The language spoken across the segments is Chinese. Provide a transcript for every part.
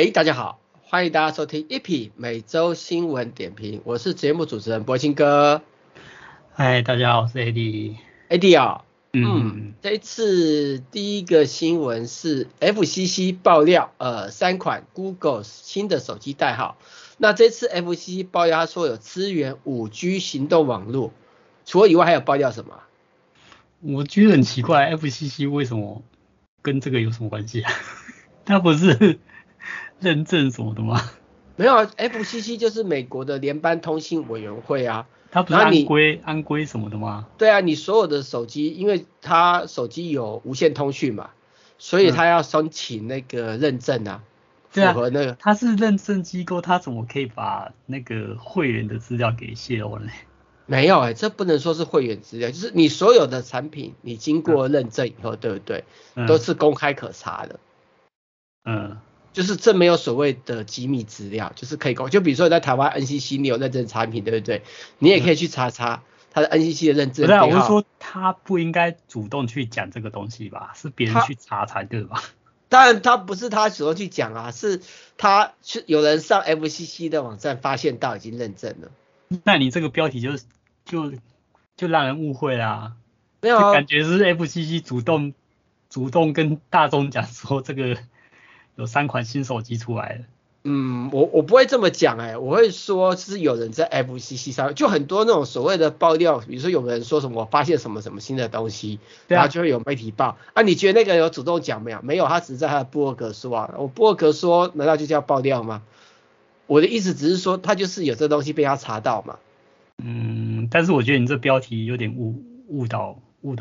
哎，大家好，欢迎大家收听一每周新闻点评，我是节目主持人柏青哥。 嗨，大家好，我是 AD。 AD 啊， 嗯， 这一次第一个新闻是 FCC 爆料，三款 Google 新的手机代号。那这次 FCC 爆料，他说有支援 5G 行动网络，除了以外还有爆料什么？ 我觉得很奇怪，FCC 为什么跟这个有什么关系啊？它不是认证什么的吗？ 没有啊，FCC 就是美国的联邦通信委员会啊。 它不是安规什么的吗？ 对啊，你所有的手机，因为它手机有无线通讯嘛，所以它要申请那个认证啊， 对啊， 符合那个。 它是认证机构，它怎么可以把那个会员的资料给泄露呢？ 没有这不能说是会员资料，就是你所有的产品，你经过认证以后，对不对？都是公开可查的。就是这没有所谓的机密资料，就是可以就比如说你在台湾 NCC 你有认证产品，对不对？你也可以去查它的 NCC 的认证编号。 不是，我是说他不应该主动去讲这个东西吧？是别人去查才对吧？ 当然，他不是他主动去讲啊，是有人上 FCC 的网站发现到已经认证了。 那你这个标题就让人误会啦， 没有啊， 就感觉是 FCC 主动跟大众讲说这个有3款新手机出来了。 我不会这么讲我会说是有人在 FCC 上，就很多那种所谓的爆料，比如说有人说什么我发现什么什么新的东西，然后就会有媒体报啊。你觉得那个人有主动讲没有？没有，他只是在他的部落格说啊。我部落格说难道就叫爆料吗？我的意思只是说他就是有这东西被他查到嘛。 但是我觉得你这标题有点误导。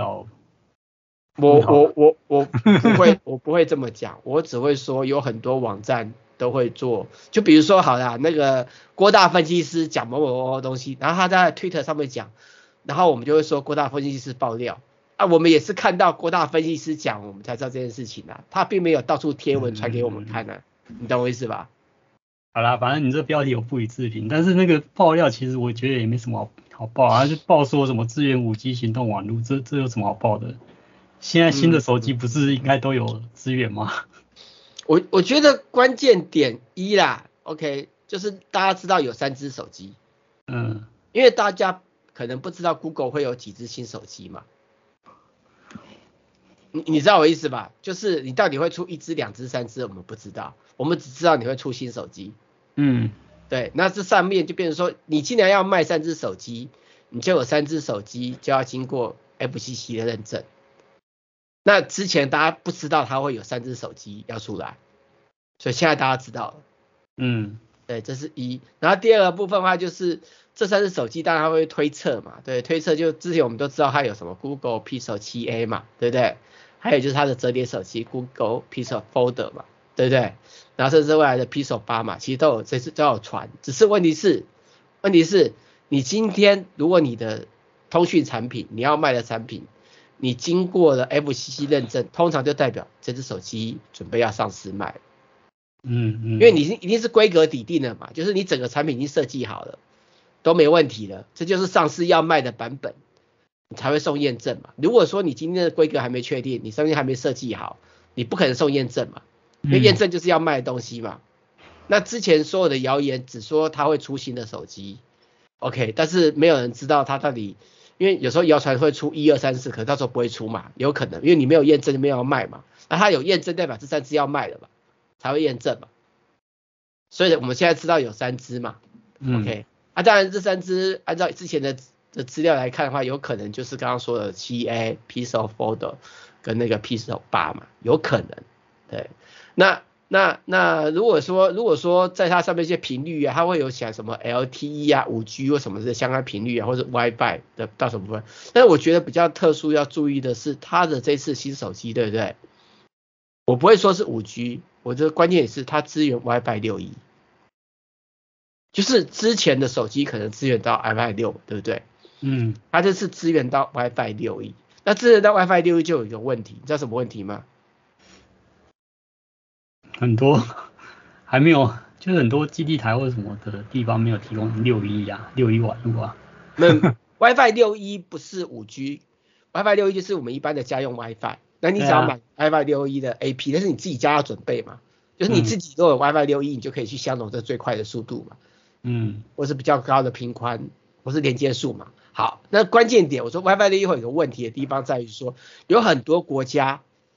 我不会这么讲，我只会说有很多网站都会做，就比如说好啦，那个郭大分析师讲某某东西，然后他在 Twitter 上面讲，然后我们就会说郭大分析师爆料啊，我们也是看到郭大分析师讲，我们才知道这件事情啊，他并没有到处贴文传给我们看啊，你懂我意思吧？ 好啦，反正你这标题有不予置评，但是那个爆料其实我觉得也没什么好爆啊，就爆说什么支援5G 行动网络，这有什么好爆的？现在新的手机不是应该都有支援吗？ 我觉得关键点一啦 ，OK， 就是大家知道有3只手机，因为大家可能不知道 Google 会有几只新手机嘛，你知道我意思吧？就是你到底会出1只、2只、3只，我们不知道，我们只知道你会出新手机。对，那这上面就变成说，你既然要卖3只手机，你就有3只手机就要经过 FCC 的认证。那之前大家不知道它会有3只手机要出来，所以现在大家知道了。对，这是一。然后第二个部分的话，就是这3只手机当然会推测嘛，对，推测就之前我们都知道它有什么 Google Pixel 7a 嘛，对不对？还有就是它的折叠手机 Google Pixel Fold 嘛，对不对？然后甚至未来的 Pixel 8嘛，其实这次都有传，只是问题是你今天如果你的通讯产品，你要卖的产品，你经过了 FCC 认证，通常就代表这只手机准备要上市卖。因为你一定是规格底定的嘛，就是你整个产品已经设计好了，都没问题了，这就是上市要卖的版本，你才会送验证嘛。如果说你今天的规格还没确定，你上面还没设计好，你不可能送验证嘛，因为验证就是要卖的东西嘛。那之前所有的谣言只说它会出新的手机 ，OK， 但是没有人知道它到底。因为有时候谣传会出1、2、3、4，可是到时候不会出嘛，有可能，因为你没有验证，没有要卖嘛。那它有验证，代表这3只要卖了嘛，才会验证嘛。所以我们现在知道有3只嘛 ，OK。当然这3只按照之前的资料来看的话，有可能就是刚刚说的7A Pixel Fold 跟那个 Pixel 8嘛，有可能。对，那如果说在它上面一些频率啊，它会有写什么 LTE 啊、5G 或什么的相关频率啊，或者 WiFi 的到什么部分？但是我觉得比较特殊要注意的是它的这次新手机，对不对？我不会说是 5G， 我的关键也是它支援 WiFi 6E， 就是之前的手机可能支援到 WiFi 6，对不对？它这次支援到 WiFi 6E， 那支援到 WiFi 6E 就有一个问题，你知道什么问题吗？ 很多还没有，就是很多基地台或者什么的地方没有提供6E网络啊。 WiFi 6E 不是 5G，WiFi 6E 就是我们一般的家用 WiFi。那你只要买 WiFi 6E 的 AP，但是你自己家要准备嘛， 就是你自己都有 WiFi 6E，你就可以去相容这最快的速度嘛，或是比较高的频宽，或是连接数嘛。好，那关键点我说 WiFi 6E 会有个问题的地方在于说，有很多国家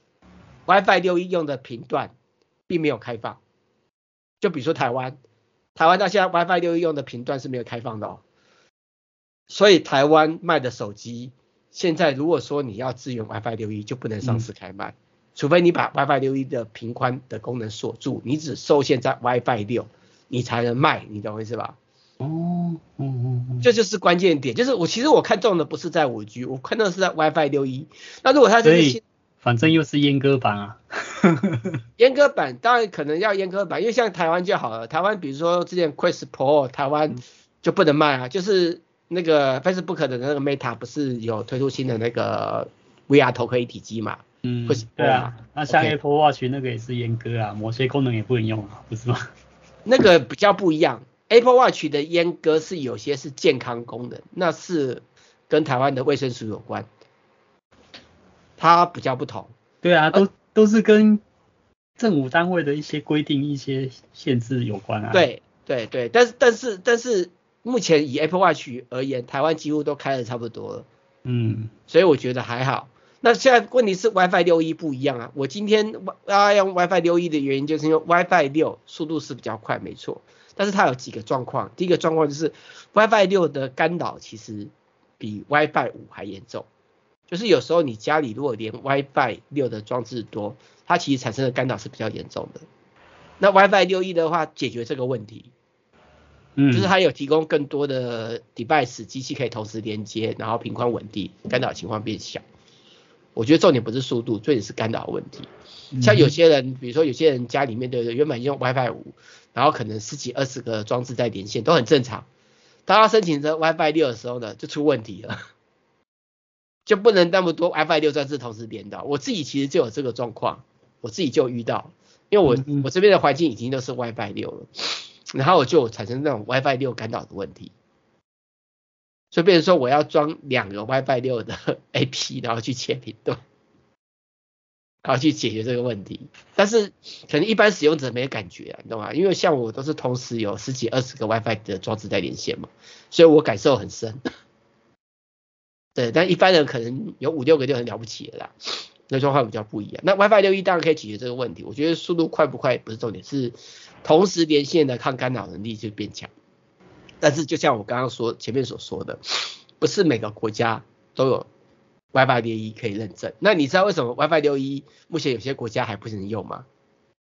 WiFi 6E 用的频段并没有开放，就比如说台湾到现在 WiFi 6E 用的频段是没有开放的哦，所以台湾卖的手机现在如果说你要支援 WiFi 6E 就不能上市开卖。除非你把 WiFi 6E 的频宽的功能锁住，你只受限在 WiFi 6，你才能卖，你懂我意思吧？这就是关键点，就是其实我看中的不是在5G， 我看到的是在 WiFi 6E。那如果它这个反正又是阉割版啊， 阉割版当然可能要阉割版，因为像台湾就好了，台湾比如说之前 Quest Pro 台湾就不能卖啊，就是那个 Facebook 的那个 Meta 不是有推出新的那个 VR 头盔一体机嘛？ 对啊，那像 Apple Watch 那个也是阉割啊，某些功能也不能用啊，不是吗？ 那个比较不一样 ，Apple Watch 的阉割是有些是健康功能，那是跟台湾的卫生署有关，它比较不同。 对啊，都是跟政府单位的一些规定、一些限制有关啊。 对，但是目前以 Apple Watch 而言，台湾几乎都开的差不多了。所以我觉得还好。那现在问题是 WiFi 6E 不一样啊，我今天要用 WiFi 6E 的原因就是因为 WiFi 6速度是比较快没错，但是它有几个状况，第一个状况就是 WiFi 6的干扰其实比 WiFi 5还严重，就是有时候你家里如果连 WiFi 6的装置多，它其实产生的干扰是比较严重的。那 WiFi 6E 的话解决这个问题，就是它有提供更多的 device 机器可以同时连接，然后频宽稳定，干扰情况变小。我觉得重点不是速度，重点是干扰问题。像有些人，比如说有些人家里面的原本用 WiFi 5，然后可能10几20个装置在连线都很正常，当他申请成 WiFi 6的时候呢，就出问题了，就不能那么多 WiFi 6装置同时连到。我自己其实就有这个状况，我自己就遇到，因为我这边的环境已经都是 WiFi 6了，然后我就产生那种 WiFi 6干扰的问题。所以变成说我要装2个 WiFi 6的 AP， 然后去切频段，然后去解决这个问题。但是可能一般使用者没感觉啊，你懂吗？因为像我都是同时有10几20个 WiFi 的装置在连线嘛，所以我感受很深。对，但一般人可能有5、6个就很了不起了啦，那状况比较不一样。那 WiFi 6E 当然可以解决这个问题，我觉得速度快不快不是重点，是同时连线的抗干扰能力就变强。但是就像我刚刚前面所说的，不是每个国家都有 WiFi 6E 可以认证。那你知道为什么 WiFi 6E 目前有些国家还不能用吗？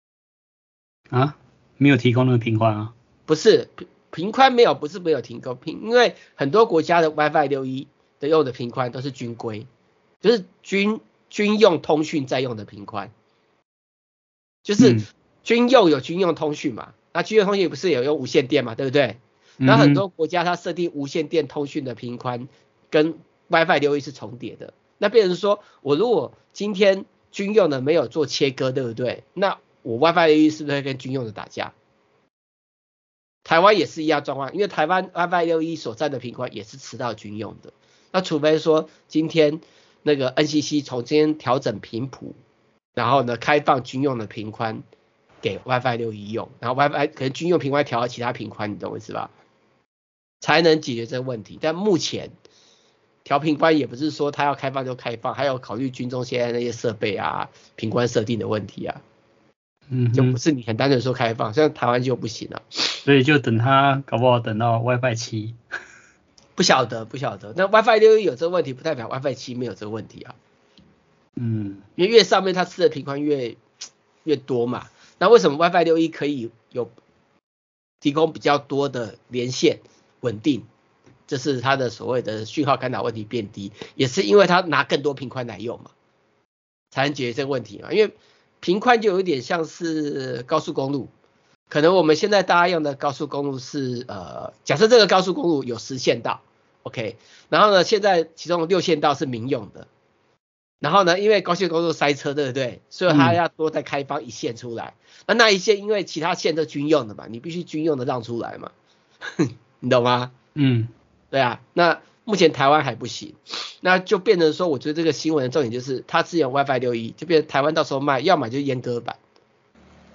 没有提供那个频宽啊？ 不是，频宽没有，不是没有提供因为很多国家的 WiFi 6E 的用的频宽都是军规，就是军用通讯在用的频宽，就是军用有军用通讯嘛，那军用通讯不是有用无线电嘛，对不对？然后很多国家它设定无线电通讯的频宽跟 WiFi 6E 是重叠的，那变成说我如果今天军用的没有做切割，对不对？那我 WiFi 6E 是不是会跟军用的打架？台湾也是一样状况，因为台湾 WiFi 6E 所占的频宽也是吃到军用的，那除非说今天那个 NCC 重新调整频谱，然后呢开放军用的频宽给 WiFi 6E 用，然后 WiFi 可能军用频宽调到其他频宽，你懂我意思吧？才能解决这个问题。但目前调频宽也不是说它要开放就开放，还有考虑军中现在那些设备啊、频宽设定的问题啊，就不是你很单纯说开放，像台湾就不行了。 所以就等它搞不好等到 WiFi 7， 不晓得。那 WiFi 6E 有这个问题，不代表 WiFi 7没有这个问题啊。因为越上面它吃的频宽越多嘛。那为什么 WiFi 6E 可以有提供比较多的连线稳定？这是它的所谓的讯号干扰问题变低，也是因为它拿更多频宽来用嘛，才能解决这个问题嘛。因为频宽就有点像是高速公路，可能我们现在大家用的高速公路是假设这个高速公路有10线道 ，OK， 然后呢，现在其中6线道是民用的，然后呢，因为高速公路塞车，对不对？所以它要多再开放1线出来，那一线因为其他线都军用的嘛，你必须军用的让出来嘛，你懂吗？对啊，那目前台湾还不行，那就变成说，我觉得这个新闻的重点就是它支援 WiFi 6E，就变成台湾到时候卖，要么就是阉割版，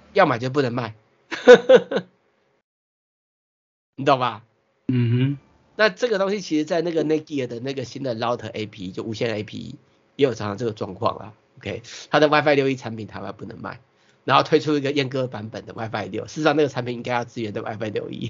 要买就不能卖，你懂吧？ 嗯哼。 那这个东西其实在那个 Netgear 的那个新的 Router API 就无线 API 也有常常这个状况啦。OK， 它的 WiFi 6E 产品台湾不能卖，然后推出一个阉割版本的 WiFi 6，事实上那个产品应该要支援的 WiFi 6E。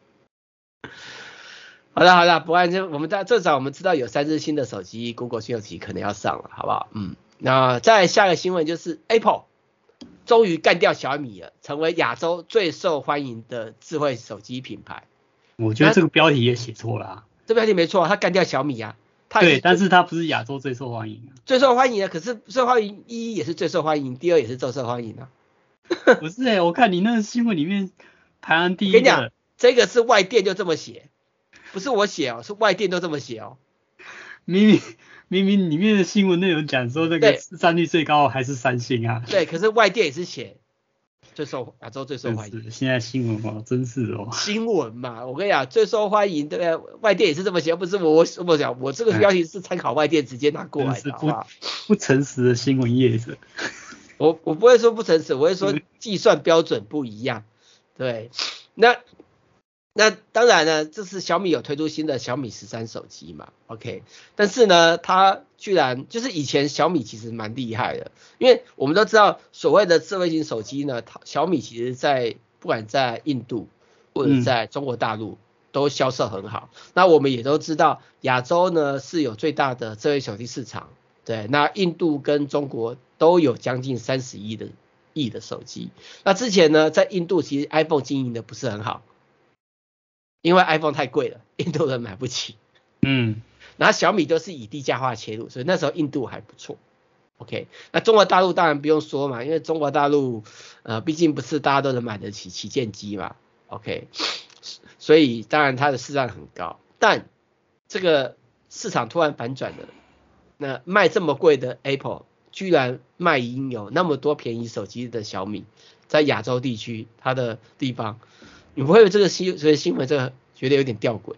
好的，不然就我们至少我们知道有3只新的手机 ，Google 新手机可能要上了，好不好？那再下个新闻就是 Apple 终于干掉小米了，成为亚洲最受欢迎的智慧手机品牌。 我觉得这个标题也写错了啊。 这标题没错，他干掉小米啊。 对，但是他不是亚洲最受欢迎啊。 最受欢迎的，可是最受欢迎一也是最受欢迎，第二也是最受欢迎啊。 不是我看你那个新闻里面排行第一的。 我跟你讲，这个是外电就这么写，不是我写哦，是外电都这么写哦。 明明里面的新闻内容讲说那个市占率最高还是三星啊。 对，可是外电也是写亚洲最受欢迎。 现在新闻哦，真是哦。 新闻嘛，我跟你讲，最受欢迎，对不对？外电也是这么写，不是我讲，我这个标题是参考外电直接拿过来的，好不好？ 不诚实的新闻业者。 我不会说不诚实，我会说计算标准不一样。对，那当然呢，这是小米有推出新的小米13手机嘛 ，OK， 但是呢，它居然就是以前小米其实蛮厉害的，因为我们都知道所谓的智慧型手机呢，小米其实不管在印度或者在中国大陆都销售很好。那我们也都知道亚洲呢是有最大的智慧手机市场，对，那印度跟中国都有将近30亿的手机。那之前呢，在印度其实 iPhone 经营的不是很好。因为 iPhone 太贵了，印度人买不起。然后小米都是以低价化切入，所以那时候印度还不错。OK， 那中国大陆当然不用说嘛，因为中国大陆毕竟不是大家都能买得起旗舰机嘛。OK， 所以当然它的市占很高，但这个市场突然反转了，那卖这么贵的 Apple 居然卖赢有那么多便宜手机的小米，在亚洲地区它的地方。你不会有这个新闻，这个觉得有点吊诡。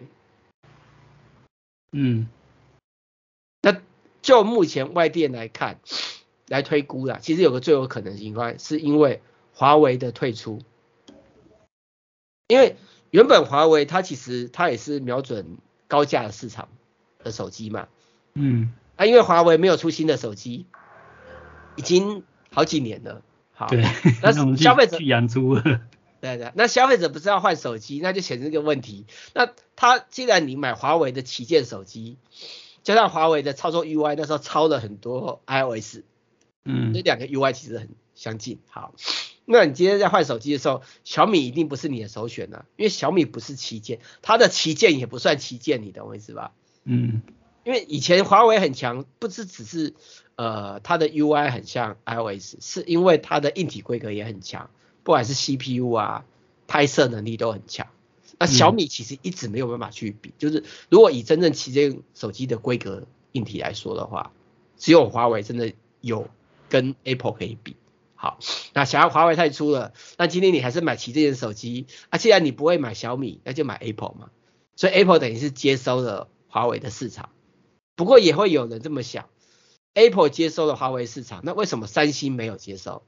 那就目前外电来看，来推估啦，其实有个最有可能情况，是因为华为的退出。因为原本华为它其实它也是瞄准高价的市场的手机嘛。因为华为没有出新的手机，已经好几年了。好， 对， 那消费者养猪了。 对，那消费者不是要换手机，那就显示一个问题。那既然你买华为的旗舰手机，加上华为的操作 UI 那时候抄了很多 iOS，这两个 UI 其实很相近。好，那你今天在换手机的时候，小米一定不是你的首选啊，因为小米不是旗舰，它的旗舰也不算旗舰，你懂我意思吧？因为以前华为很强，不只是它的 UI 很像 iOS， 是因为它的硬体规格也很强。不管是 CPU 啊，拍摄能力都很强。那小米其实一直没有办法去比，就是如果以真正旗舰手机的规格硬体来说的话，只有华为真的有跟 Apple 可以比。好，那想要华为太出了，那今天你还是买旗舰手机啊？既然你不会买小米，那就买 Apple 嘛。所以 Apple 等于是接收了华为的市场。不过也会有人这么想 ，Apple 接收了华为市场，那为什么三星没有接收？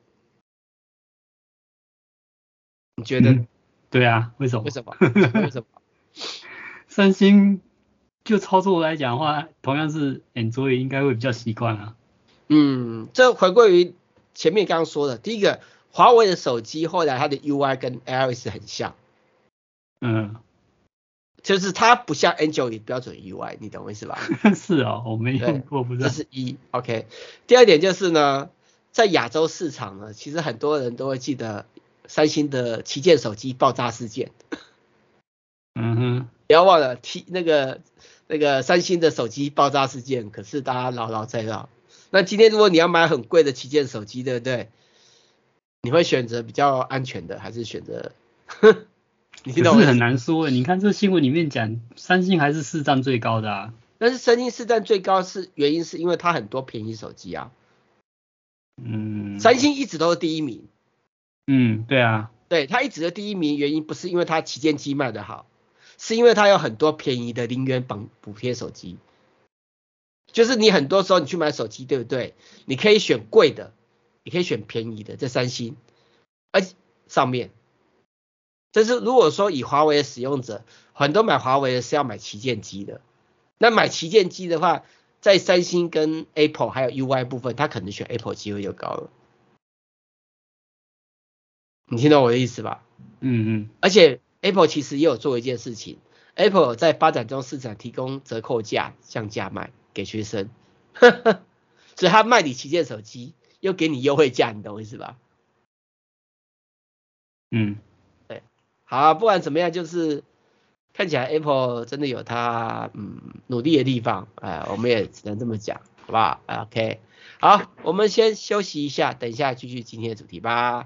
你觉得？ 对啊，为什么？ 为什么？ 三星就操作来讲的话，同样是 Android 应该会比较习惯啊。 这回归于前面刚刚说的，第一个，华为的手机后来它的 UI 跟 iOS 很像。就是它不像 Android 标准 UI， 你懂我意思吧？ 是啊，我没用过，不知道。 这是一 OK。第二点就是呢，在亚洲市场呢，其实很多人都会记得三星的旗舰手机爆炸事件。不要忘了那个三星的手机爆炸事件，可是大家牢牢在绕。那今天如果你要买很贵的旗舰手机，对不对？你会选择比较安全的，还是选择？你听懂？ 是很难说。你看这新闻里面讲，三星还是市占最高的啊。 但是三星市占最高原因是因为它很多便宜手机啊。三星一直都是第一名。 对啊。 对，它一直的第一名原因不是因为它旗舰机卖得好，是因为它有很多便宜的零元补贴手机。就是你很多时候你去买手机，对不对？你可以选贵的，也可以选便宜的，这三星。 而且上面，就是如果说以华为的使用者，很多买华为的是要买旗舰机的，那买旗舰机的话，在三星跟 Apple 还有 UI 部分，他可能选 Apple 机会就高了。你听懂我的意思吧？而且 Apple 其实也有做一件事情 ，Apple 在发展中市场提供折扣价降价卖给学生，所以他卖你旗舰手机，又给你优惠价，你懂我意思吧？对，好啊，不管怎么样，就是看起来 Apple 真的有它努力的地方，我们也只能这么讲，好不好？OK， 好，我们先休息一下，等一下继续今天的主题吧。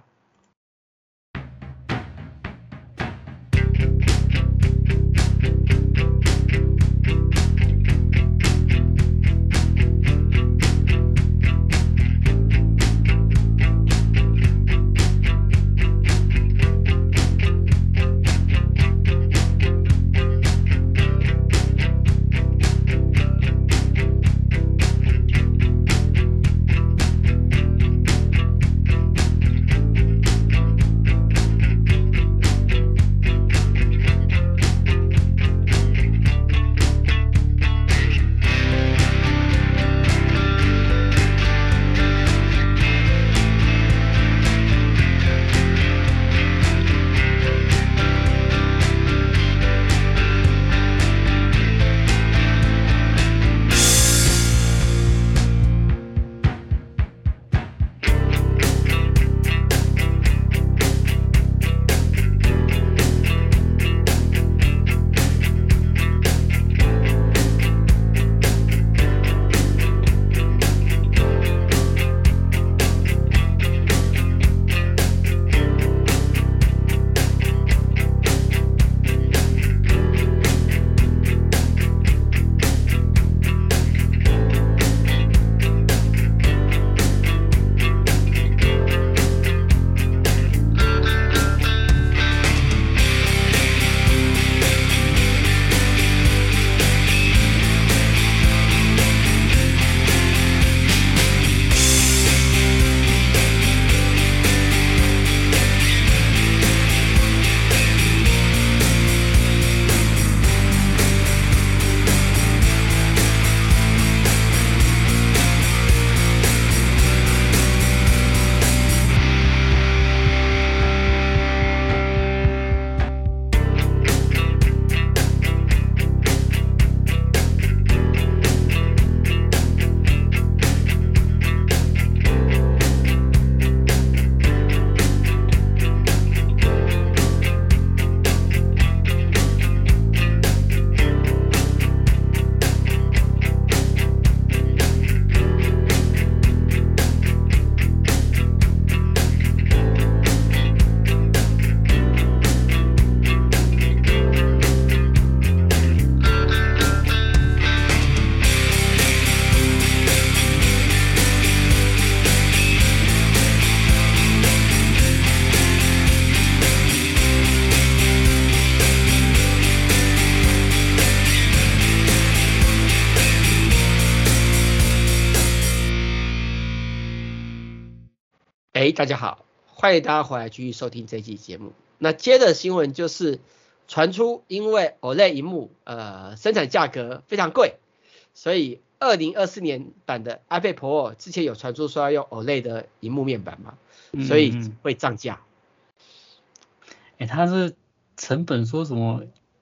大家好，欢迎大家回来继续收听这期节目。那接着新闻就是传出，因为 OLED 萤幕生产价格非常贵，所以2024年版的 iPad Pro 之前有传出说要用 OLED 的萤幕面板嘛，所以会涨价。 它是成本说什么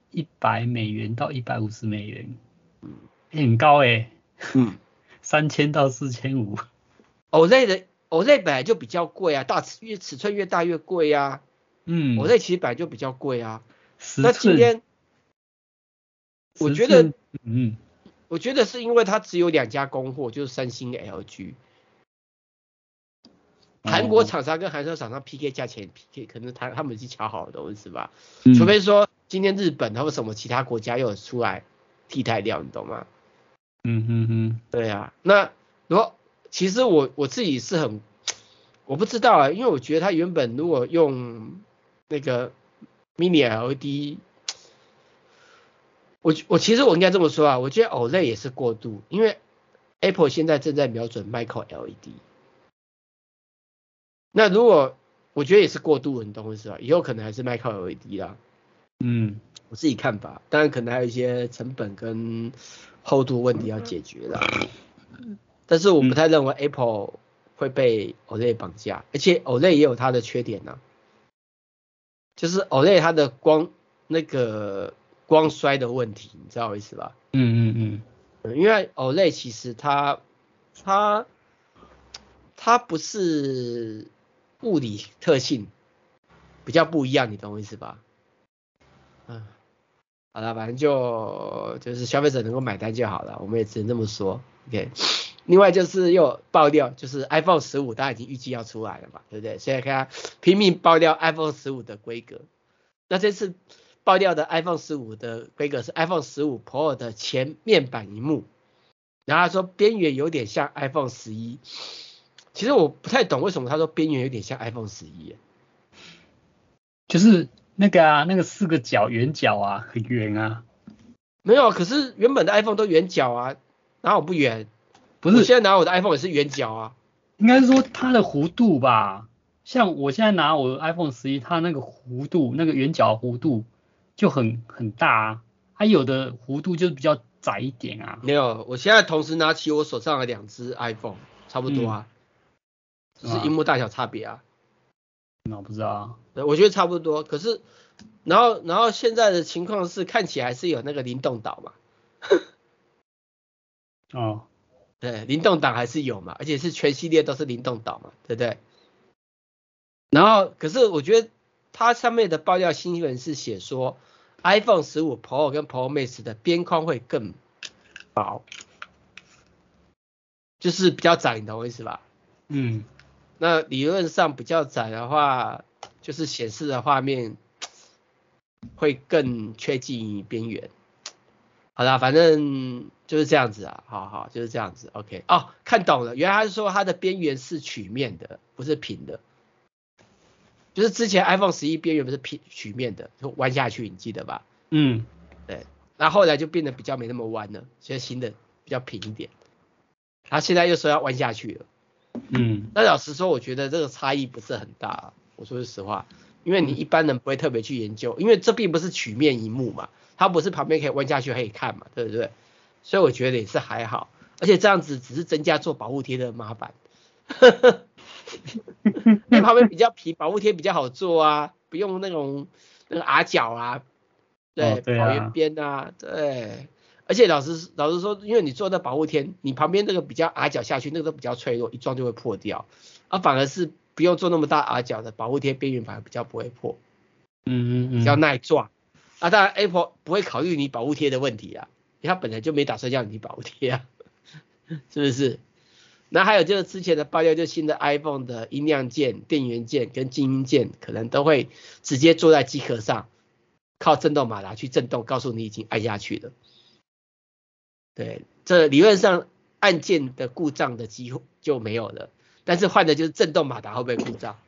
$100到$150，很高3000到4500。 OLED 本来就比较贵啊，尺寸越大越贵啊。OLED 其实本来就比较贵啊。那今天我觉得是因为它只有2家供货，就是三星跟 LG。韩国厂商跟韩国厂商 PK 价钱 PK， 可能他们已经瞧好的东西吧。除非说今天日本或什么其他国家又有出来替代掉，你懂吗？对啊，那如果其实我自己是我不知道啊，因为我觉得它原本如果用那个 Mini LED， 我其实我应该这么说啊，我觉得 OLED 也是过渡，因为 Apple 现在正在瞄准 Micro LED。那如果我觉得也是过渡，你懂我意思吧？以后可能还是卖靠 LED 啦。我自己看法，当然可能还有一些成本跟厚度问题要解决啦。但是我不太认为 Apple 会被 OLED 绑架，而且 OLED 也有它的缺点啊，就是 OLED 它的光衰的问题，你知道我意思吧？因为 OLED 其实它不是物理特性比较不一样，你懂我意思吧？好了，反正就是消费者能够买单就好了，我们也只能这么说。OK， 另外就是又有爆料，就是 iPhone 15大家已经预计要出来了嘛，对不对？现在看它拼命爆料 iPhone 15的规格。那这次爆料的 iPhone 15的规格是 iPhone 15 Pro 的前面板萤幕，然后他说边缘有点像 iPhone 11。其实我不太懂为什么他说边缘有点像 iPhone 11， 就是那个4个角圆角啊，很圆啊。 没有，可是原本的 iPhone 都圆角啊，哪有不圆？ 不是， 我现在拿我的 iPhone 也是圆角啊。 应该是说它的弧度吧，像我现在拿我的 iPhone 11，它那个弧度，那个圆角弧度就很大啊，它有的弧度就比较窄一点啊。 没有，我现在同时拿起我手上的2只 iPhone， 差不多啊，只是萤幕大小差别啊。 我不知道啊。 对，我觉得差不多。可是，然后现在的情况是看起来是有那个灵动岛嘛。对，灵动岛还是有嘛，而且是全系列都是灵动岛嘛，对不对？然后，可是我觉得它上面的爆料新闻是写说 ，iPhone 15 Pro 跟 Pro Max 的边框会更薄，就是比较窄，你懂我意思吧？那理论上比较窄的话，就是显示的画面会更贴近边缘。好啦，反正就是这样子啊，好，就是这样子 ，OK。看懂了，原来他是说它的边缘是曲面的，不是平的。就是之前 iPhone 11边缘不是曲面的，就弯下去，你记得吧？对。然后后来就变得比较没那么弯了，现在新的比较平一点。他现在又说要弯下去了。那老实说，我觉得这个差异不是很大啊，我说实话，因为你一般人不会特别去研究，因为这并不是曲面萤幕嘛，它不是旁边可以弯下去可以看嘛，对不对？所以我觉得也是还好，而且这样子只是增加做保护贴的麻烦。因为旁边比较平，保护贴比较好做啊，不用那个 R 角啊，对，保圆边啊，对。而且老实说，因为你做那保护贴，你旁边那个比较 R 角下去，那个都比较脆弱，一撞就会破掉。反而是不用做那么大 R 角的保护贴，边缘反而比较不会破，比较耐撞。当然 Apple 不会考虑你保护贴的问题啊，因为它本来就没打算要你保护贴啊，是不是？那还有就是之前的爆料，就新的 iPhone 的音量键、电源键跟静音键可能都会直接坐在机壳上，靠震动马达去震动，告诉你已经按下去了。对，这理论上按键的故障的机会就没有了，但是换的就是震动马达会不会故障？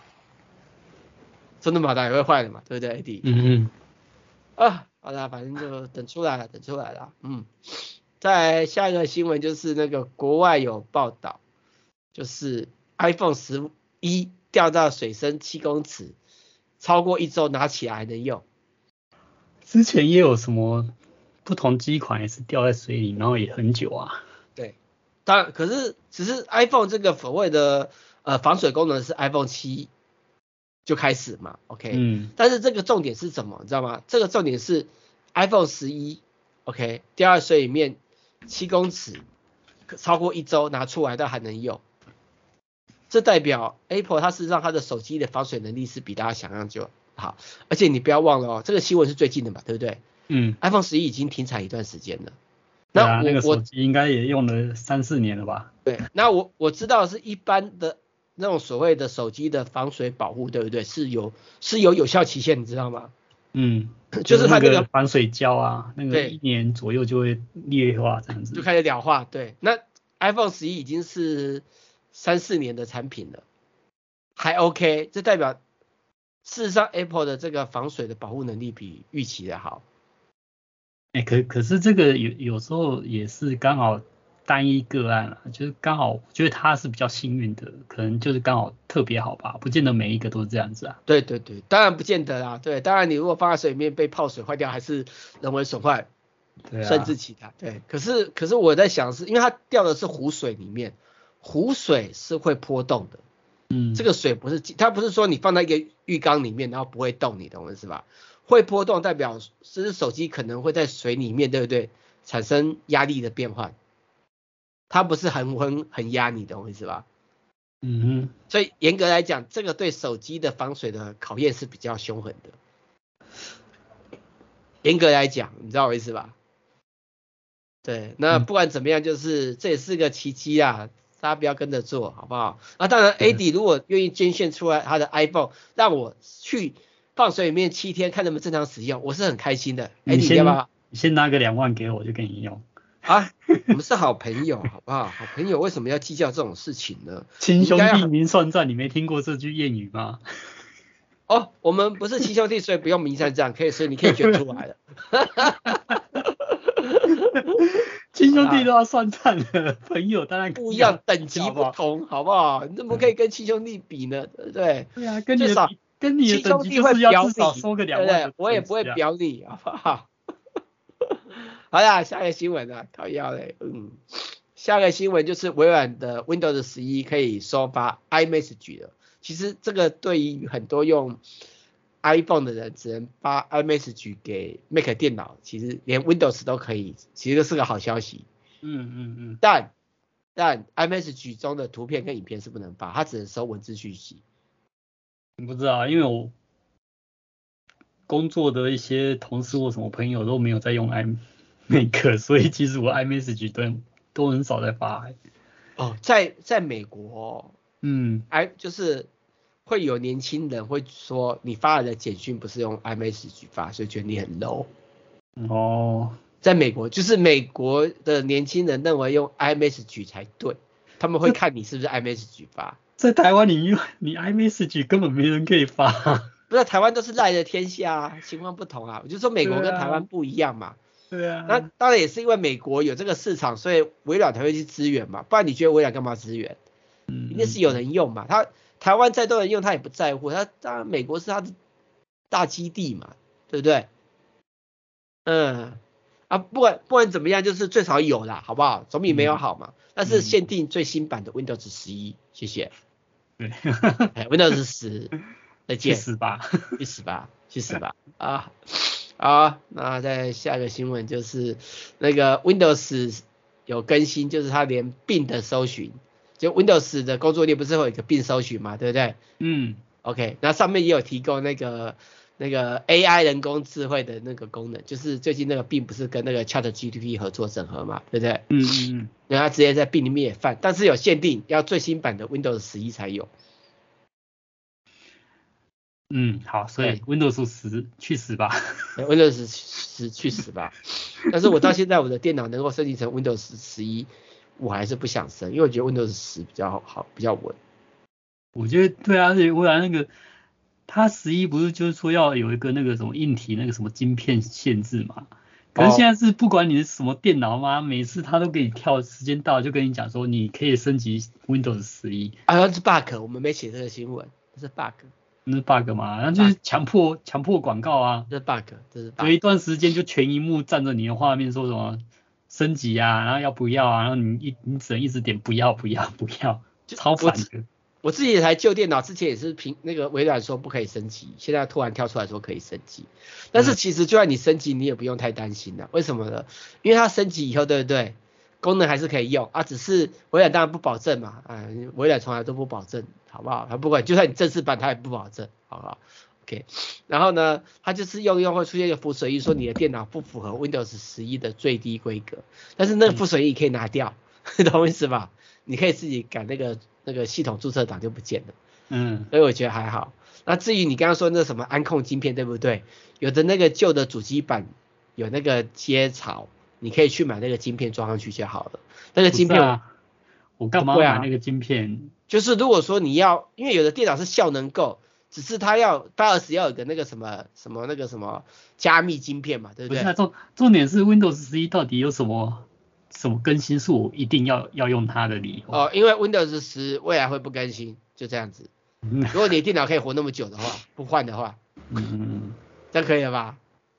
震动马达也会坏的嘛，对不对 ，AD？好啦，反正就等出来了。再下一个新闻就是那个国外有报道，就是 iPhone 11掉到水深7公尺，超过1周拿起来还能用。 之前也有什么不同机款也是掉在水里，然后也很久啊。 对，当然，可是只是 iPhone 这个所谓的防水功能是 iPhone 7就开始嘛 ，OK。但是这个重点是什么，你知道吗？这个重点是 iPhone 11 OK 掉在水里面7公尺，超过1周拿出来都还能用。这代表 Apple 它事实上它的手机的防水能力是比大家想象就好，而且你不要忘了这个新闻是最近的嘛，对不对？iPhone 11已经停产一段时间了。 那个手机应该也用了3-4年了吧？ 对，那我知道是一般的那种所谓的手机的防水保护，对不对？是有有效期限，你知道吗？ 就是它那个防水胶啊，那个1年左右就会劣化，这样子就开始氧化。对，那 iPhone 11已经是3-4年的产品了，还 OK， 这代表事实上 Apple 的这个防水的保护能力比预期的好。 可是这个有时候也是刚好单一个案了，就是刚好，我觉得他是比较幸运的，可能就是刚好特别好吧，不见得每一个都是这样子啊。 对对对，当然不见得啦，对，当然你如果放在水里面被泡水坏掉，还是人为损坏， 对啊， 甚至其他，对。可是我在想是，因为它掉的是湖水里面，湖水是会波动的，这个水不是，它不是说你放在一个浴缸里面然后不会动，你懂我意思吧？会波动代表是手机可能会在水里面，对不对？产生压力的变换，它不是恒温恒压，你懂我意思吧？所以严格来讲，这个对手机的防水的考验是比较凶狠的。严格来讲，你知道我意思吧？对，那不管怎么样，就是这也是个奇迹啊，大家不要跟着做，好不好？那当然 ，AD 如果愿意捐献出来他的 iPhone，让我去放水里面7天，看能不能正常使用，我是很开心的。AD 要不要？ 你先拿个2万给我，就给你用。 啊，我们是好朋友，好不好？好朋友为什么要计较这种事情呢？ 亲兄弟明算账，你没听过这句谚语吗？ 哦，我们不是亲兄弟，所以不用明算账，所以你可以卷出来了。 亲兄弟都要算账的，朋友当然不一样，等级不同，好不好？你怎么可以跟亲兄弟比呢？对不对？ 对啊，跟你的等级就是要至少收个2万， 对，我也不会表你，好不好？好啦，下一个新闻啊，靠腰嘞，下一个新闻就是微软的 Windows 11可以收发 iMessage 了。其实这个对于很多用 iPhone 的人，只能发 iMessage 给 Mac 电脑，其实连 Windows 都可以，其实是个好消息。但 iMessage 中的图片跟影片是不能发，它只能收文字讯息。 你不知道，因为我工作的一些同事或什么朋友都没有在用 iMac， 所以其实我 iMessage 都很少在发。 哦，在美国，就是会有年轻人会说你发来的简讯不是用 iMessage 发，所以觉得你很 low。 哦， 在美国，就是美国的年轻人认为用 iMessage 才对，他们会看你是不是 iMessage 发。 在台湾你 iMessage 根本没人可以发。 不是，台湾都是赖的天下啊，情况不同啊。我就说美国跟台湾不一样嘛。 对啊。 那当然也是因为美国有这个市场，所以微软才会去支援嘛。不然你觉得微软干嘛支援？一定是有人用嘛。台湾再多人用他也不在乎，当然美国是他的大基地嘛，对不对？不管怎么样，就是最少有啦，好不好？总比没有好嘛。但是限定最新版的 Windows 11，谢谢。 对 ，Windows 10，再见。去死吧啊！好，那再下一个新闻就是那个 Windows 有更新，就是它连 Bing 的搜寻，就 Windows 的工作列不是会有一个 Bing 搜寻嘛，对不对？OK， 那上面也有提供那个 AI 人工智慧的那个功能，就是最近那个 Bing 不是跟那个 ChatGPT 合作整合嘛，对不对？然后它直接在 Bing 里面也放，但是有限定，要最新版的 Windows 11才有。 好，所以 Windows 10去死吧。 Windows 10去死吧。但是我到现在我的电脑能够升级成 Windows 11，我还是不想升，因为我觉得 Windows 10比较好，比较稳。 我觉得对啊，而且微软那个它11不是就是说要有一个那个什么硬体那个什么晶片限制嘛？可是现在是不管你是什么电脑嘛，每次它都给你跳时间到就跟你讲说你可以升级 Windows 11。 那是 bug， 我们没写这个新闻，这是 bug。 那是 bug 嘛？那就是强迫广告啊。 这是 bug， 有一段时间就全萤幕占着你的画面，说什么升级啊，然后要不要啊，然后你只能一直点不要，超烦的。 我自己一台旧电脑之前也是凭那个微软说不可以升级，现在突然跳出来说可以升级。但是其实就算你升级，你也不用太担心了。为什么呢？因为它升级以后，对不对？功能还是可以用啊，只是微软当然不保证嘛，微软从来都不保证，好不好？它不管，就算你正式版，它也不保证，好不好 ？OK， 然后呢，它就是用会出现一个浮水印，说你的电脑不符合 Windows 11的最低规格，但是那个浮水印可以拿掉，懂我意思吧？你可以自己改那个系统注册档就不见了，所以我觉得还好。那至于你刚刚说那什么安控晶片，对不对？有的那个旧的主机板有那个接槽。你可以去买那个晶片装上去就好了。那个晶片我干嘛买那个晶片？ 就是如果说你要，因为有的电脑是效能够，只是它要820要有个那个什么加密晶片嘛，对不对？ 不是重点是 Windows 11到底有什么什么更新是我一定要用它的理由。 因为 Windows 10未来会不更新，就这样子。如果你的电脑可以活那么久的话，不换的话，这样可以了吧？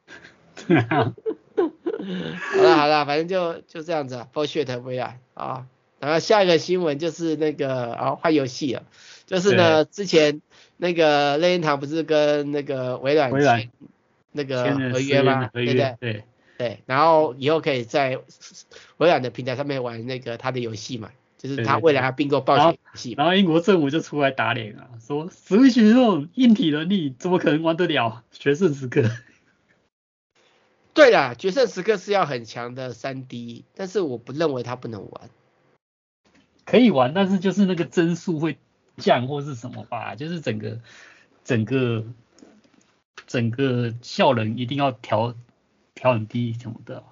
好了，反正就这样子啊 ，bullshit 微软啊。然后下一个新闻就是那个换游戏了，就是呢之前那个任天堂不是跟那个微软签那个合约吗？对不对？对，然后以后可以在微软的平台上面玩那个他的游戏嘛，就是他未来要并购暴雪游戏。 然后英国政府就出来打脸啊，说 Switch 这种硬体能力怎么可能玩得了决胜时刻？ 对啦，决胜时刻是要很强的3D，但是我不认为它不能玩。 可以玩，但是就是那个帧数会降或是什么吧，就是整个效能一定要调很低什么的。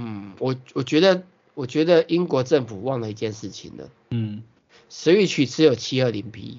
我觉得英国政府忘了一件事情了。Switch 只有720p，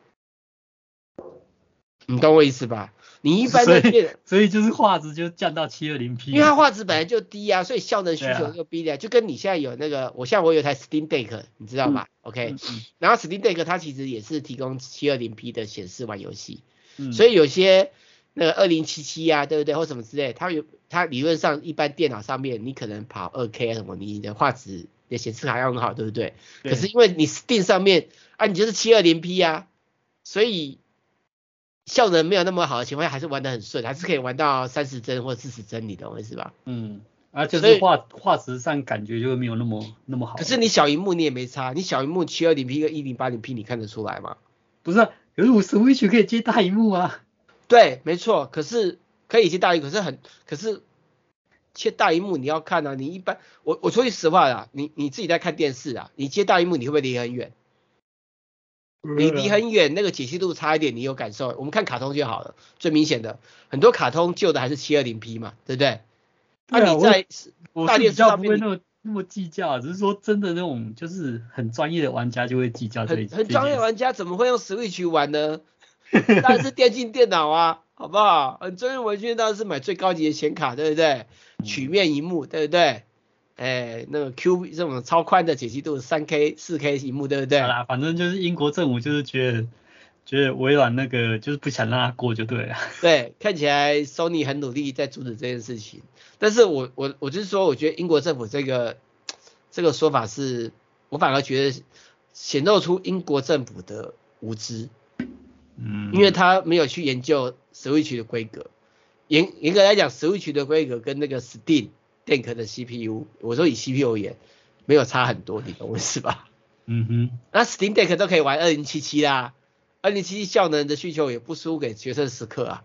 你懂我意思吧？你一般的电， 所以就是画质就降到720p， 因为它画质本来就低啊，所以效能需求就低的，就跟你现在有那个，我有台 Steam Deck， 你知道吧？OK，然后 Steam Deck 它其实也是提供720p 的显示玩游戏，所以有些那个2077啊，对不对，或什么之类，它理论上一般电脑上面你可能跑2K 啊什么，你的画质的显示卡要很好，对不对？可是因为你 Steam 上面你就是720p 啊，所以效能没有那么好的情况下，还是玩得很顺，还是可以玩到30帧或40帧，你懂我意思吧？ 就是画质上感觉就没有那么好。 可是你小萤幕你也没差，你小萤幕720p 跟1080p 你看得出来吗？ 不是啊，可是我 Switch 可以接大萤幕啊。 对，没错，可是可以接大萤幕，可是切大萤幕你要看啊，你一般我说句实话啦，你自己在看电视啊，你接大萤幕你会不会离很远？你离很远，那个解析度差一点，你有感受。我们看卡通就好了，最明显的，很多卡通旧的还是720p 嘛，对不对？你在大电视上面不会那么计较，只是说真的那种就是很专业的玩家就会计较这很专业的玩家怎么会用 Switch 玩呢？当然是电竞电脑啊，好不好？很专业玩家当然是买最高级的显卡，对不对？曲面萤幕，对不对？那个 这种超宽的解析度3K 4K 萤幕，对不对？ 好啦，反正就是英国政府就是觉得微软那个就是不想让它过就对了。 对，看起来 Sony 很努力在阻止这件事情，但是我就是说，我觉得英国政府这个说法是，我反而觉得显露出英国政府的无知。因为他没有去研究 Switch 的规格，严格来讲 ，Switch 的规格跟那个 Steam Deck 的 CPU， 我说以 CPU 而言，没有差很多，你懂我意思吧？那 Steam Deck 都可以玩2077啦，2077效能的需求也不输给决胜时刻啊。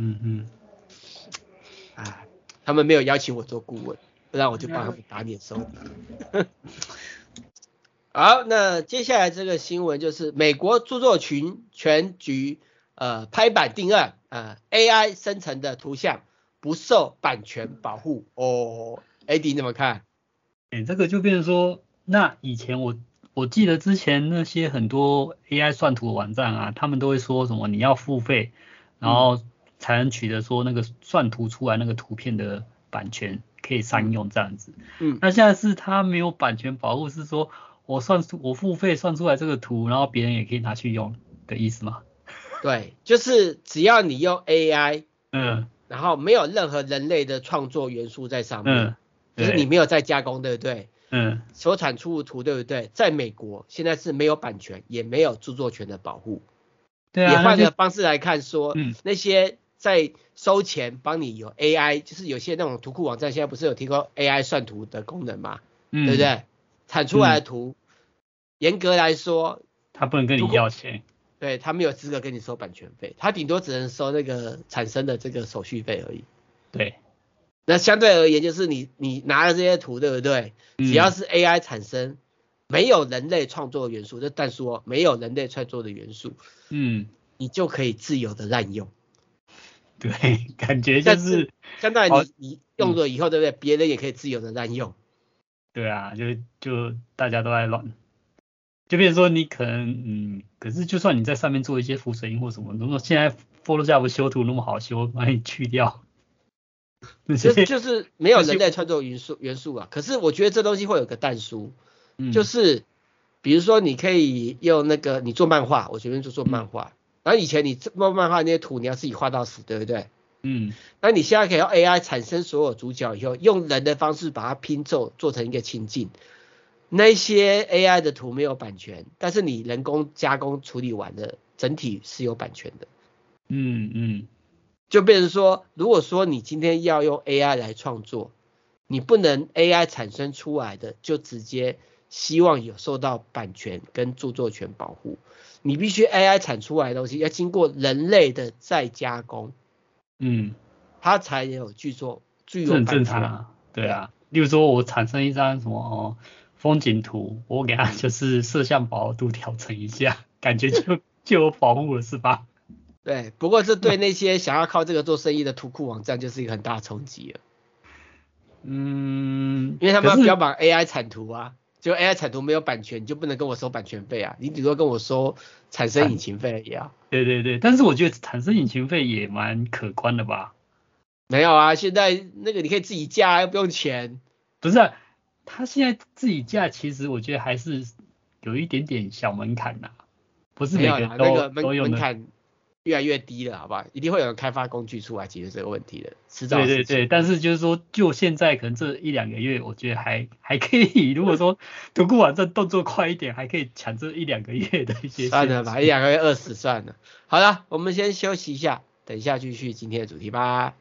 他们没有邀请我做顾问，不然我就帮他们打脸收底。好，那接下来这个新闻就是美国著作权局拍板定案，AI 生成的图像不受版权保护哦。AD 你怎么看？ 这个就变成说，那以前我记得之前那些很多 AI 算图的网站啊，他们都会说什么你要付费，然后才能取得说那个算图出来那个图片的版权可以商用这样子。那现在是它没有版权保护，是说我付费算出来这个图，然后别人也可以拿去用的意思吗？ 对，就是只要你用 AI，然后没有任何人类的创作元素在上面，就是你没有再加工，对不对？所产出的图，对不对？在美国现在是没有版权，也没有著作权的保护。 对啊， 也换个方式来看说，那些在收钱帮你有 AI， 就是有些那种图库网站现在不是有提供 AI 算图的功能嘛，对不对？产出来的图，严格来说， 他不能跟你要钱， 对，他没有资格跟你收版权费，他顶多只能收那个产生的这个手续费而已。 对， 那相对而言，就是你拿了这些图，对不对？只要是 AI 产生，没有人类创作的元素，就但说没有人类创作的元素，你就可以自由的滥用。 对，感觉就是相当于你用了以后，对不对？别人也可以自由的滥用。 对啊，就大家都在乱，就变成说你可能可是就算你在上面做一些浮水印或什么，如果现在 Photoshop 修图那么好修，把你去掉， 就是没有人类创作元素啊。可是我觉得这东西会有个但书，就是比如说你可以用那个你做漫画，我随便做漫画，然后以前你做漫画那些图你要自己画到死，对不对？那你现在可以用 AI 产生所有主角以后，用人的方式把它拼凑做成一个情境。那些 AI 的图没有版权，但是你人工加工处理完的整体是有版权的。就变成说，如果说你今天要用 AI 来创作，你不能 AI 产生出来的就直接希望有受到版权跟著作权保护，你必须 AI 产出来的东西要经过人类的再加工，它才有具有版权。 这很正常啊，对啊。例如说我产生一张什么风景图，我给它就是摄像饱和度调整一下，感觉就有保护了，是吧？ 对，不过这对那些想要靠这个做生意的图库网站就是一个很大的冲击了。因为他们要标榜 AI 产图啊，就 AI 产图没有版权，你就不能跟我收版权费啊，你顶多跟我收产生引擎费一样。 对，但是我觉得产生引擎费也蛮可观的吧？ 没有啊，现在那个你可以自己架，又不用钱。 不是啊，他现在自己架，其实我觉得还是有一点点小门槛呐，不是每个人都用的。门槛越来越低了，好不好？一定会有人开发工具出来解决这个问题的，迟早。 对，但是就是说，就现在可能这1-2个月，我觉得还可以。如果说图库网站动作快一点，还可以抢这1-2个月的一些。 算了吧，1-2个月饿死算了。好了，我们先休息一下，等一下继续今天的主题吧。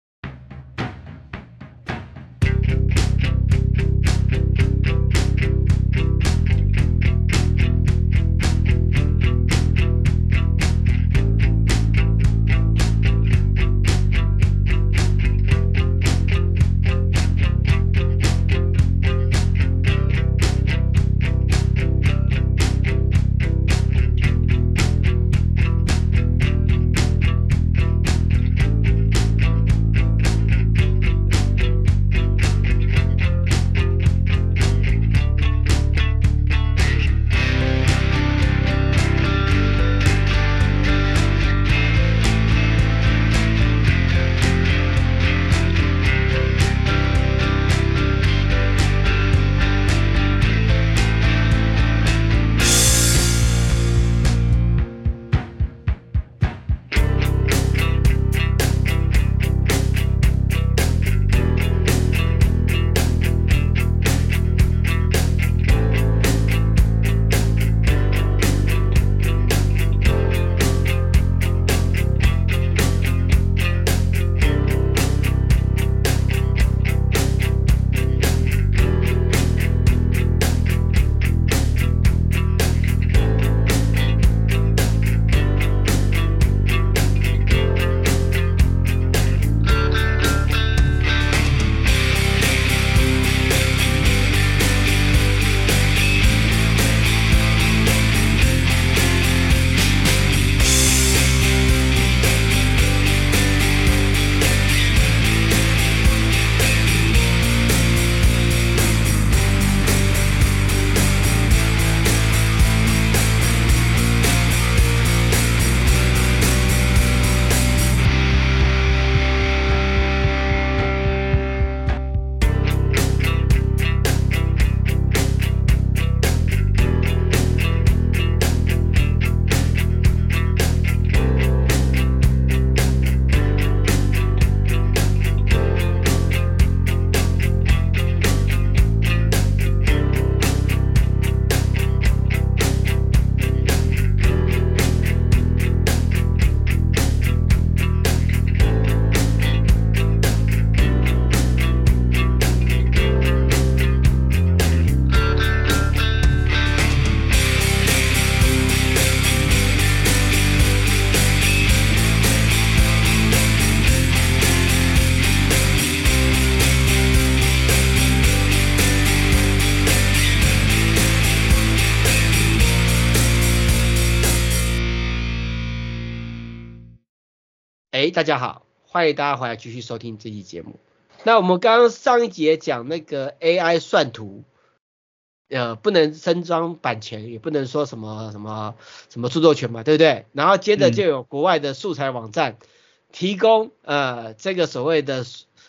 大家好，欢迎大家回来继续收听这期节目。那我们刚刚上一节讲那个 AI 算图，不能申装版权，也不能说什么著作权嘛，对不对？然后接着就有国外的素材网站提供这个所谓的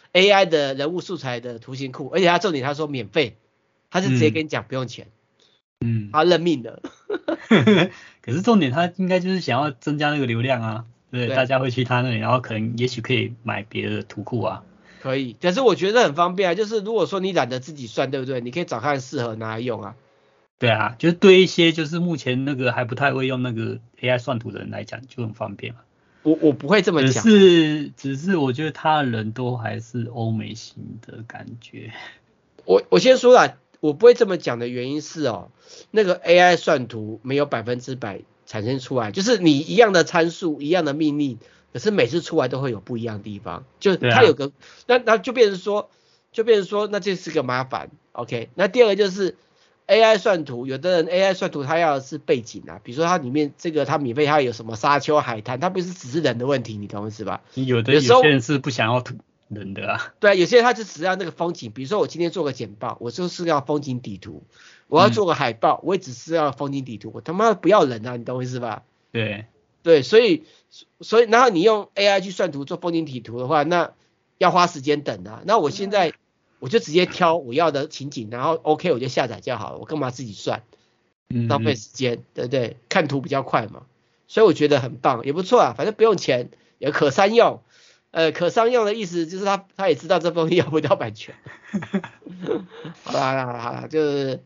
AI 的人物素材的图形库，而且他重点他说免费，他是直接跟你讲不用钱，他认命的。 可是重点他应该就是想要增加那个流量啊，对，大家会去他那里，然后可能也许可以买别的图库啊。 可以，但是我觉得很方便啊，就是如果说你懒得自己算，对不对？你可以找看适合拿来用啊。 对啊，就是对一些就是目前那个还不太会用那个 AI 算图的人来讲就很方便嘛。 我不会这么讲， 只是我觉得他的人都还是欧美型的感觉。 我先说啦，我不会这么讲的原因是那个 AI 算图没有100%产生出来，就是你一样的参数，一样的命令，可是每次出来都会有不一样的地方，就它有个，那就变成说，那这是个麻烦。OK， 那第二个就是。AI 算图，有的人 AI 算图他要的是背景啊，比如说它里面这个它免费它有什么沙丘海滩，它不是只是人的问题，你懂我意思吧？ 有些人是不想要人的啊。 对，有些人他就只要那个风景，比如说我今天做个简报，我就是要风景底图，我要做个海报，我也只是要风景底图，我他妈不要人啊，你懂我意思吧？对，所以然后你用 AI 去算图做风景底图的话，那要花时间等啊。那我现在我就直接挑我要的情景，然后 OK 我就下载就好了，我干嘛自己算？浪费时间，对不对？看图比较快嘛，所以我觉得很棒，也不错啊，反正不用钱，也可商用。可商用的意思就是他也知道这东西要不到版权。好啦，就是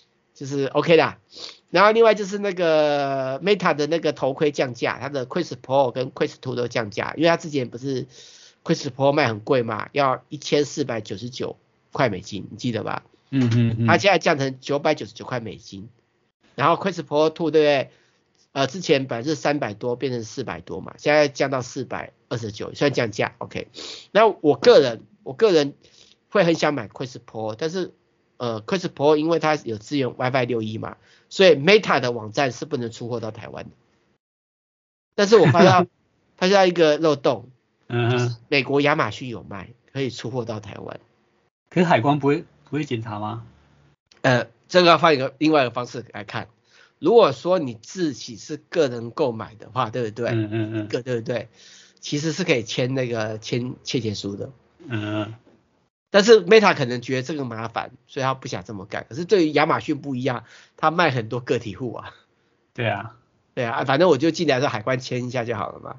OK 的。然后另外就是那个 Meta 的那个头盔降价，它的 Quest Pro 跟 Quest 2都降价，因为它之前不是 Quest Pro 卖很贵嘛，要1499块美金，你记得吧？它现在降成999块美金，然后 Quest Pro 2对不对？之前本来是300多变成400多嘛，现在降到429，算降价 OK。那我个人会很想买 Quest Pro， 但是Quest Pro 因为它有支援 WiFi 6E 嘛，所以 Meta 的网站是不能出货到台湾的。但是我发现到一个漏洞，美国亚马逊有卖，可以出货到台湾。 可是海关不会检查吗？ 这个要换另外一个方式来看。如果说你自己是个人购买的话，对不对？对不对？其实是可以签切结书的。但是 Meta 可能觉得这个麻烦，所以他不想这么干。可是对于亚马逊不一样，他卖很多个体户啊。 对啊， 反正我就进来说海关签一下就好了嘛。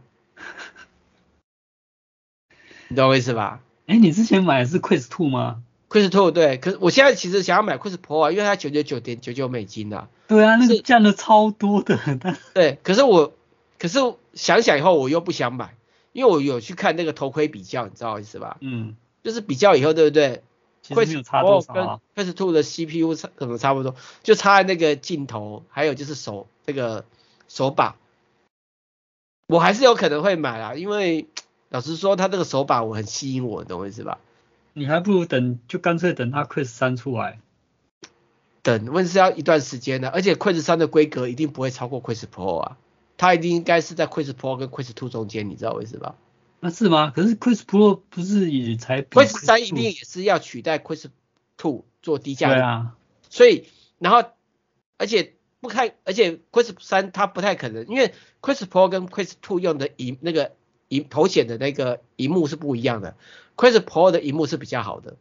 你懂我意思吧？ 你之前买的是 Quest 2吗 ？Quest 2对，可是我现在其实想要买 Quest Pro 啊，因为它99.99美金啊。 对啊，那个降了超多的。 对，可是想想以后我又不想买，因为我有去看那个头盔比较，你知道我意思吧？就是比较以后对不对？ 其实没有差多少啊。跟 Quest 2的 CPU 可能差不多，就差那个镜头，还有就是这个手把，我还是有可能会买啦，因为老实说，它这个手把我很吸引我，懂我意思吧？ 你还不如干脆等它 Quest 3出来。 问是要一段时间的，而且 Quest 3的规格一定不会超过 Quest Pro 啊，它一定应该是在 Quest Pro 跟 Quest 2中间，你知道我意思吧？ 那是吗？可是 Quest Pro 不是也才比 Quest 3一定也是要取代 Quest 2做低价的。 对啊。 所以然后而且 Quest 3它不太可能，因为 Quest Pro 跟 Quest 2用的那个头显的那个萤幕是不一样的。Quest Pro 的萤幕是比较好的，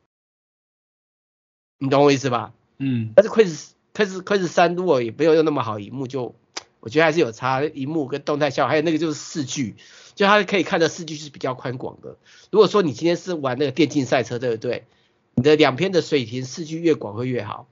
你懂我意思吧？但是 Quest 3如果也没有用那么好萤幕，就我觉得还是有差，萤幕跟动态效果，还有那个就是4G，就它可以看的4G是比较宽广的。如果说你今天是玩那个电竞赛车，对不对？你的两边的水平4G越广会越好。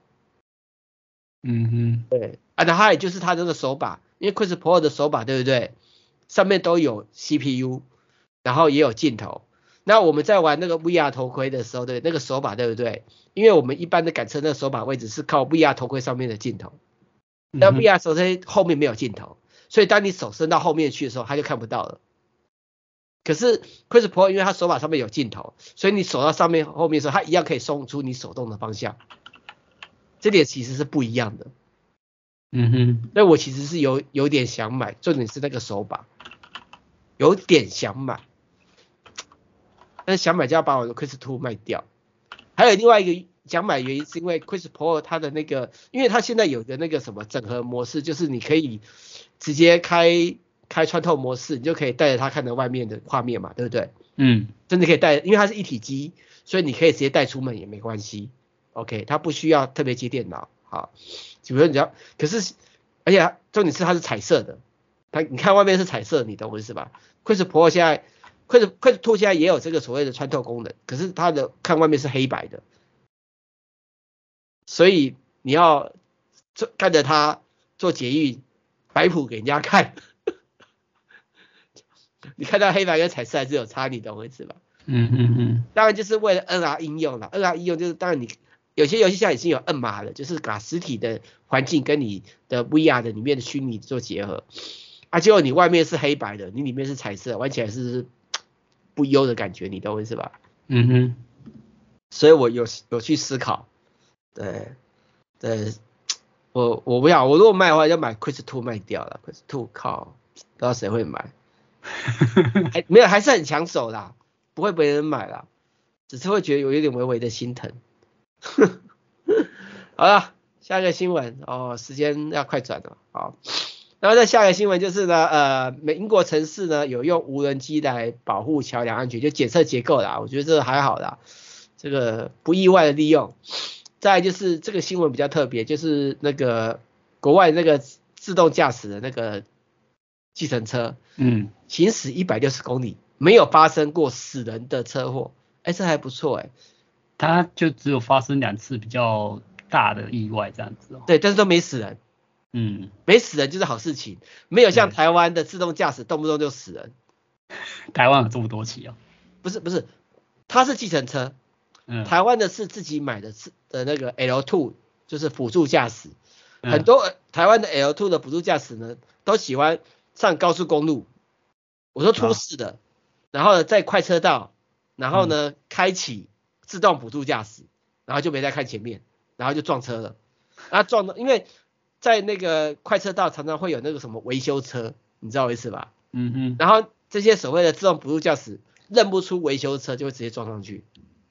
对啊，然后还有就是它这个手把，因为 Quest Pro 的手把对不对？上面都有 CPU， 然后也有镜头。那我们在玩那个 VR 头盔的时候，对那个手把对不对？因为我们一般的感测那个手把位置是靠 VR 头盔上面的镜头，那 VR 头盔后面没有镜头，所以当你手伸到后面去的时候，它就看不到了。可是 Quest Pro 因为它手把上面有镜头，所以你手到上面后面的时候，它一样可以送出你手动的方向，这点其实是不一样的。所以我其实是有点想买，重点是那个手把，有点想买。但是想买就要把我的 Quest 2卖掉。还有另外一个想买原因是因为 Quest Pro 它的那个，因为它现在有的那个什么整合模式，就是你可以直接开开穿透模式，你就可以带着它看着外面的画面嘛，对不对？真的可以带，因为它是一体机，所以你可以直接带出门也没关系。OK， 它不需要特别接电脑，好，比如说你要，可是而且重点是它是彩色的，你看外面是彩色，你懂我意思吧？Quest Pro 现在Quest 2现在也有这个所谓的穿透功能，可是它的看外面是黑白的，所以你要看着它做捷运摆谱给人家看，你看到黑白跟彩色还是有差，你懂我意思吧？当然就是为了 NR 应用啦 ，NR 应用就是当然你有些游戏现在已经有摁码了，就是把实体的环境跟你的 VR 的里面的虚拟做结合，结果你外面是黑白的，你里面是彩色，玩起来是不优的感觉，你懂我意思吧？所以我有去思考，对，我不要，我如果卖的话就买 Quest 2卖掉了 ，Quest 2靠，不知道谁会买，没有还是很抢手啦，不会没人买啦，只是会觉得有点微微的心疼。好了，下一个新闻哦，时间要快转了，好，然后再下一个新闻就是呢，英国城市呢有用无人机来保护桥梁安全，就检测结构啦，我觉得这还好啦，这个不意外的利用。再来就是这个新闻比较特别，就是那个国外那个自动驾驶的那个计程车，行驶160公里，没有发生过死人的车祸，这还不错它就只有发生2次比较大的意外这样子对，但是都没死人。没死人就是好事情，没有像台湾的自动驾驶动不动就死人。 台湾有这么多起哦？ 不是，它是计程车。台湾的是自己买的那个 L2， 就是辅助驾驶。很多台湾的 L2 的辅助驾驶呢，都喜欢上高速公路，我说出事的，然后呢在快车道，然后呢开启自动辅助驾驶，然后就没再看前面，然后就撞车了。撞的，因为在那个快车道常常会有那个什么维修车，你知道我意思吧？然后这些所谓的自动辅助驾驶认不出维修车，就会直接撞上去。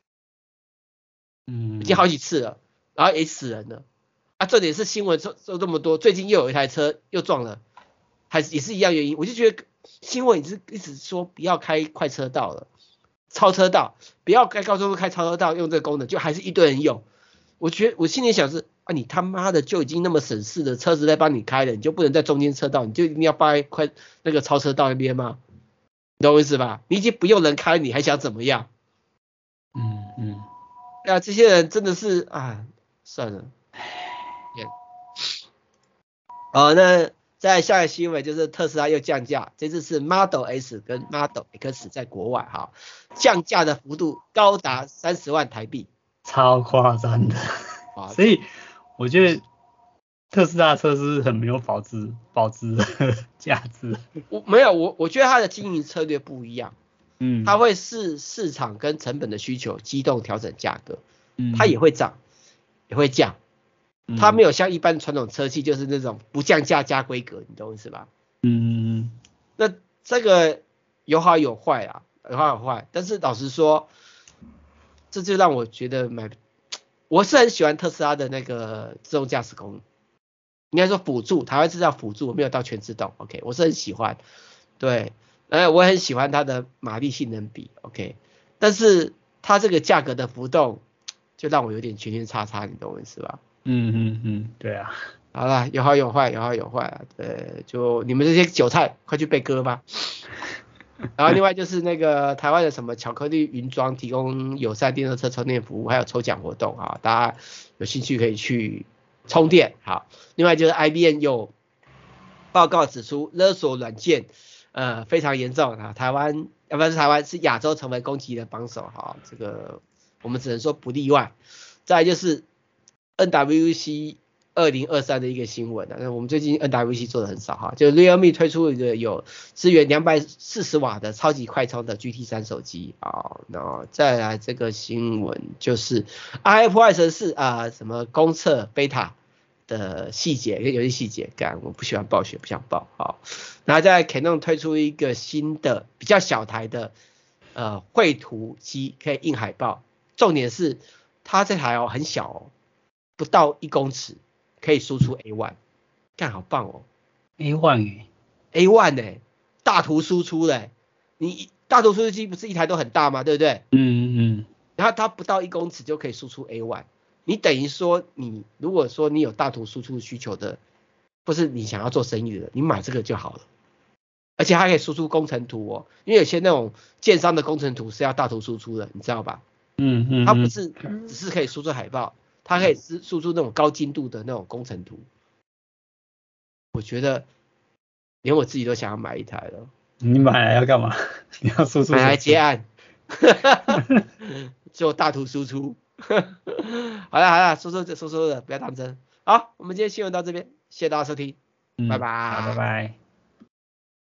已经好几次了，然后也死人了。重点是新闻做这么多，最近又有一台车又撞了，也是一样原因。我就觉得新闻一直说不要开快车道了，超车道，不要开高速路开超车道，用这个功能，就还是一堆人用。我心里想是你他妈的就已经那么省事的车子在帮你开了，你就不能在中间车道，你就一定要放在那个超车道那边吗？你懂我意思吧？你已经不用人开，你还想怎么样？这些人真的是算了。那再下一个新闻就是特斯拉又降价，这次是 Model S 跟 Model X 在国外降价的幅度高达30万台币， 超夸张的。所以我觉得特斯拉车是很没有保值的价值。 我觉得它的经营策略不一样。它会视市场跟成本的需求机动调整价格，它也会涨也会降，它没有像一般传统车企就是那种不降价加规格，你懂我意思吧？那这个有好有坏啊，有好有坏，但是老实说，这就让我觉得我是很喜欢特斯拉的那个自动驾驶功能，应该说辅助，台湾是叫辅助，没有到全自动 ，OK， 我是很喜欢，对。我很喜欢它的马力性能比 ，OK， 但是它这个价格的浮动就让我有点圈叉，你懂我意思吧？ 对啊。 好啦，有好有坏就你们这些韭菜快去被割吧。然后另外就是那个台湾的什么巧克力云庄提供友善电动车充电服务，还有抽奖活动大家有兴趣可以去充电。好，另外就是 IBM 有报告指出勒索软件。非常严重台湾不是台湾，是亚洲成为攻击的帮手这个我们只能说不例外。再来就是 NWC 2023的一个新闻我们最近 NWC 做的很少就 Realme 推出一个有支援240瓦的超级快充的 GT3 手机然后再来这个新闻就是 iOS 14什么公测 beta的细节跟游戏细节，我不喜欢暴雪，不想报然后在 Canon 推出一个新的比较小台的绘图机，可以印海报，重点是它这台很小不到1公尺，可以输出 A1， 好棒 A1 A1 呢，大图输出嘞，你大图输出机不是一台都很大吗？对不对？然后它不到1公尺就可以输出 A1， 你等于说你如果说你有大图输出需求的，或是你想要做生意的，你买这个就好了。而且它可以输出工程图哦，因为有些那种建商的工程图是要大图输出的，你知道吧？它不是只是可以输出海报，它可以输出那种高精度的那种工程图。我觉得连我自己都想要买一台了。 你买来要干嘛？你要输出？ 买来接案，做大图输出。好了，说的，不要当真。好，我们今天新闻到这边，谢谢大家收听，拜拜。 好，拜拜。